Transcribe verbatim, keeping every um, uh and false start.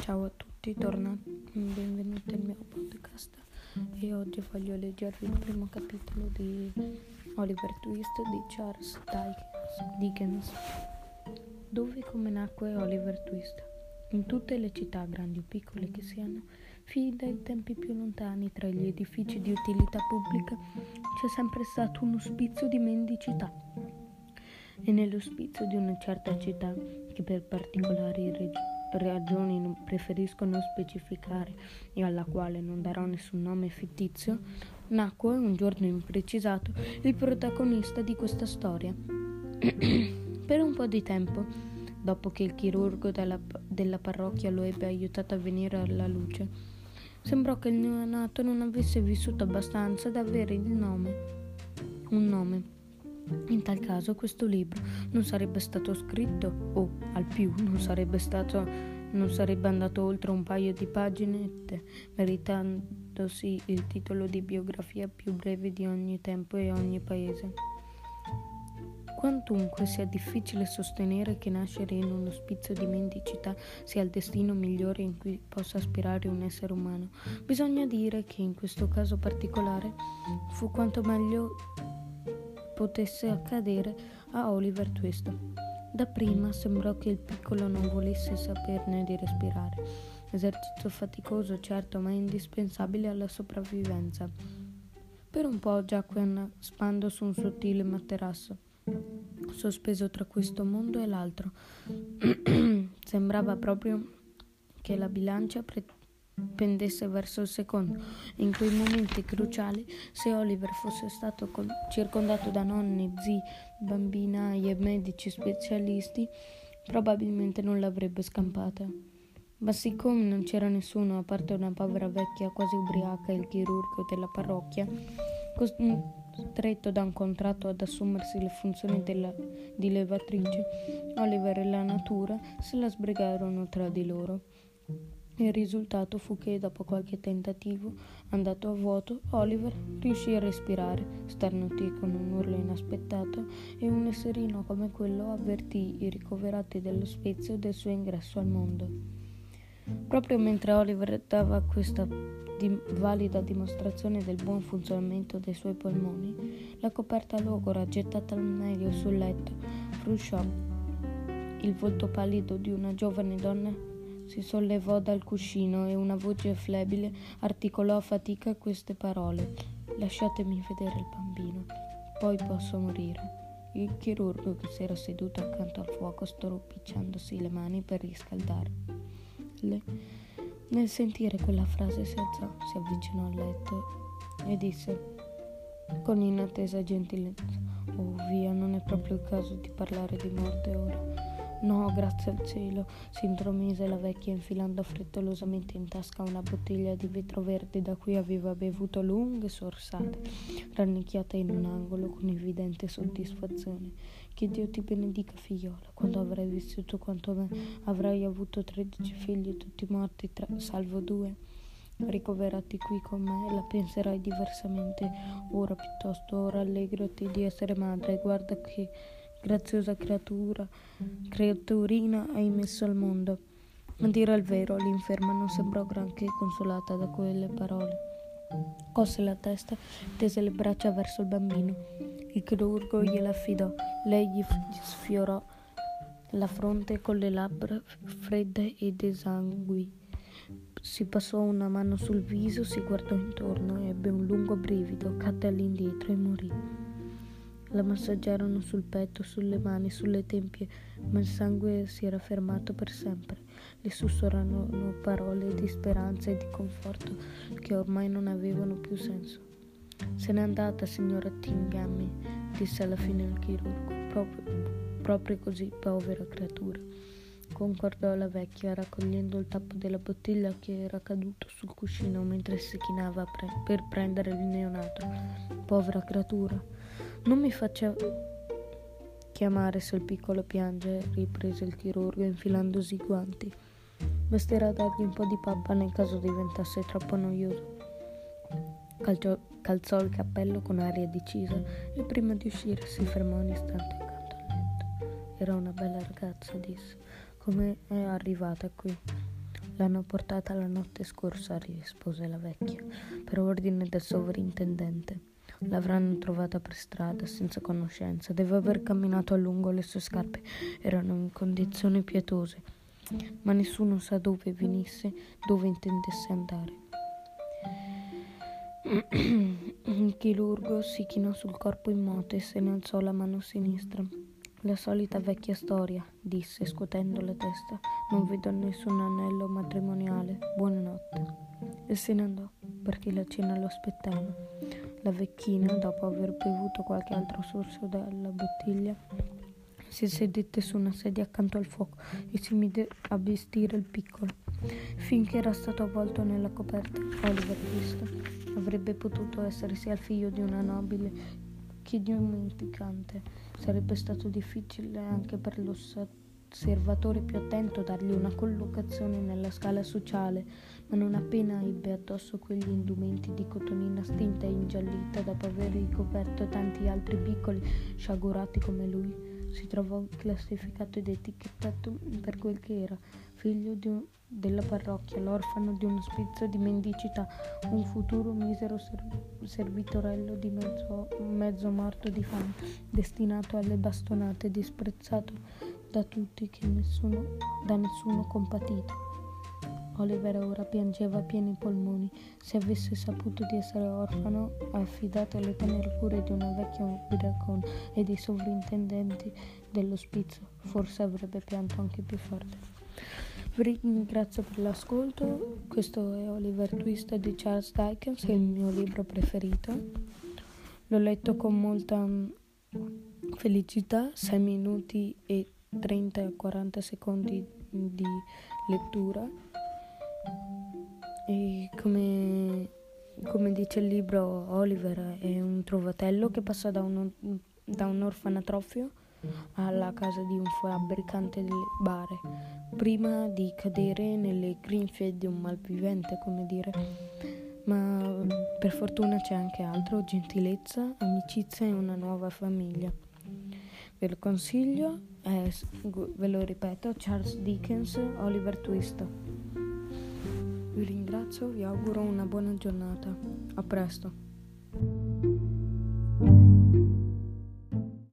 Ciao a tutti, tornati, benvenuti al mio podcast e oggi voglio leggervi il primo capitolo di Oliver Twist di Charles Dickens. Dove e come nacque Oliver Twist? In tutte le città, grandi o piccole che siano, fin dai tempi più lontani, tra gli edifici di utilità pubblica c'è sempre stato un ospizio di mendicità. E nell'ospizio di una certa città, che per particolari reg- ragioni non preferisco non specificare e alla quale non darò nessun nome fittizio, nacque un giorno imprecisato il protagonista di questa storia. Per un po' di tempo, dopo che il chirurgo della, della parrocchia lo ebbe aiutato a venire alla luce, sembrò che il neonato non avesse vissuto abbastanza da avere il nome, un nome. In tal caso questo libro non sarebbe stato scritto o, al più, non sarebbe stato non sarebbe andato oltre un paio di paginette, meritandosi il titolo di biografia più breve di ogni tempo e ogni paese. Quantunque sia difficile sostenere che nascere in un ospizio di mendicità sia il destino migliore in cui possa aspirare un essere umano, bisogna dire che in questo caso particolare fu quanto meglio potesse accadere a Oliver Twist. Dapprima sembrò che il piccolo non volesse saperne di respirare, esercizio faticoso certo ma indispensabile alla sopravvivenza. Per un po' giacque annaspando su un sottile materasso, sospeso tra questo mondo e l'altro. Sembrava proprio che la bilancia pre- pendesse verso il secondo. In quei momenti cruciali, se Oliver fosse stato col- circondato da nonni, zii, bambinai e medici specialisti, probabilmente non l'avrebbe scampata. Ma siccome non c'era nessuno, a parte una povera vecchia quasi ubriaca e il chirurgo della parrocchia, costretto da un contratto ad assumersi le funzioni della, di levatrice, Oliver e la natura se la sbrigarono tra di loro. Il risultato fu che, dopo qualche tentativo andato a vuoto, Oliver riuscì a respirare, starnutì con un urlo inaspettato e un esserino come quello avvertì i ricoverati dell'ospizio del suo ingresso al mondo. Proprio mentre Oliver dava questa di- valida dimostrazione del buon funzionamento dei suoi polmoni, la coperta logora gettata al meglio sul letto frusciò. Il volto pallido di una giovane donna si sollevò dal cuscino e una voce flebile articolò a fatica queste parole: «Lasciatemi vedere il bambino, poi posso morire». Il chirurgo, che si era seduto accanto al fuoco, stropicciandosi le mani per riscaldarle, nel sentire quella frase si alzò, si avvicinò al letto e disse con inattesa gentilezza: «Oh, via, non è proprio il caso di parlare di morte ora». «No, grazie al cielo», si intromise la vecchia infilando frettolosamente in tasca una bottiglia di vetro verde da cui aveva bevuto lunghe sorsate, rannicchiata in un angolo con evidente soddisfazione. «Che Dio ti benedica, figliola. Quando avrai vissuto quanto me, avrai avuto tredici figli, tutti morti, tra, salvo due, ricoverati qui con me, la penserai diversamente. Ora piuttosto rallegrati di essere madre, guarda che graziosa creatura, creaturina hai messo al mondo». A dire il vero, l'inferma non sembrò granché consolata da quelle parole. Cosse la testa e tese le braccia verso il bambino. Il chirurgo gliela affidò. Lei gli sfiorò la fronte con le labbra fredde ed esangui. Si passò una mano sul viso, si guardò intorno, ebbe un lungo brivido, cadde all'indietro e morì. La massaggiarono sul petto, sulle mani, sulle tempie, ma il sangue si era fermato per sempre. Le sussurrarono parole di speranza e di conforto che ormai non avevano più senso. «Se n'è andata, signora Tinghammy», disse alla fine il chirurgo. Proprio, proprio così, povera creatura», concordò la vecchia, raccogliendo il tappo della bottiglia che era caduto sul cuscino mentre si chinava pre- per prendere il neonato. «Povera creatura. Non mi faccia chiamare se il piccolo piange», riprese il chirurgo infilandosi i guanti. «Basterà dargli un po' di pappa nel caso diventasse troppo noioso». Calciò, calzò il cappello con aria decisa e prima di uscire si fermò un istante accanto al letto. «Era una bella ragazza», disse. «Come è arrivata qui?» L'hanno portata la notte scorsa, rispose la vecchia, per ordine del sovrintendente. L'avranno trovata per strada, senza conoscenza. Deve aver camminato a lungo, le sue scarpe erano in condizioni pietose, ma nessuno sa dove venisse, dove intendesse andare. Il chirurgo si chinò sul corpo immobile e se ne alzò la mano sinistra. La solita vecchia storia, disse, scuotendo la testa. Non vedo nessun anello matrimoniale. Buonanotte. E se ne andò, perché la cena lo aspettava. La vecchina, dopo aver bevuto qualche altro sorso dalla bottiglia, si sedette su una sedia accanto al fuoco e si mise a vestire il piccolo. Finché era stato avvolto nella coperta, Oliver Twist avrebbe potuto essere sia il figlio di una nobile che di un mendicante. Sarebbe stato difficile anche per l'osservatore più attento dargli una collocazione nella scala sociale, ma non appena ebbe addosso quegli indumenti di cotonina stinta e ingiallita dopo aver ricoperto tanti altri piccoli sciagurati come lui, si trovò classificato ed etichettato per quel che era, figlio di un, della parrocchia, l'orfano di uno spizzo di mendicità, un futuro misero ser- servitorello di mezzo, mezzo morto di fame, destinato alle bastonate, disprezzato da tutti, che nessuno, da nessuno compatito. Oliver ora piangeva a pieni polmoni. Se avesse saputo di essere orfano, affidato alle tenere cure di una vecchia ubriacona e dei sovrintendenti dell'ospizio, forse avrebbe pianto anche più forte. Vi ringrazio per l'ascolto. Questo è Oliver Twist di Charles Dickens, è il mio libro preferito. L'ho letto con molta felicità, sei minuti e trenta quaranta secondi di lettura. E come, come dice il libro, Oliver è un trovatello che passa da un, da un orfanatrofio alla casa di un fabbricante delle bare, prima di cadere nelle grinfie di un malvivente, come dire. Ma per fortuna c'è anche altro: gentilezza, amicizia e una nuova famiglia. Ve lo consiglio, è, ve lo ripeto, Charles Dickens, Oliver Twist. Vi ringrazio, vi auguro una buona giornata. A presto.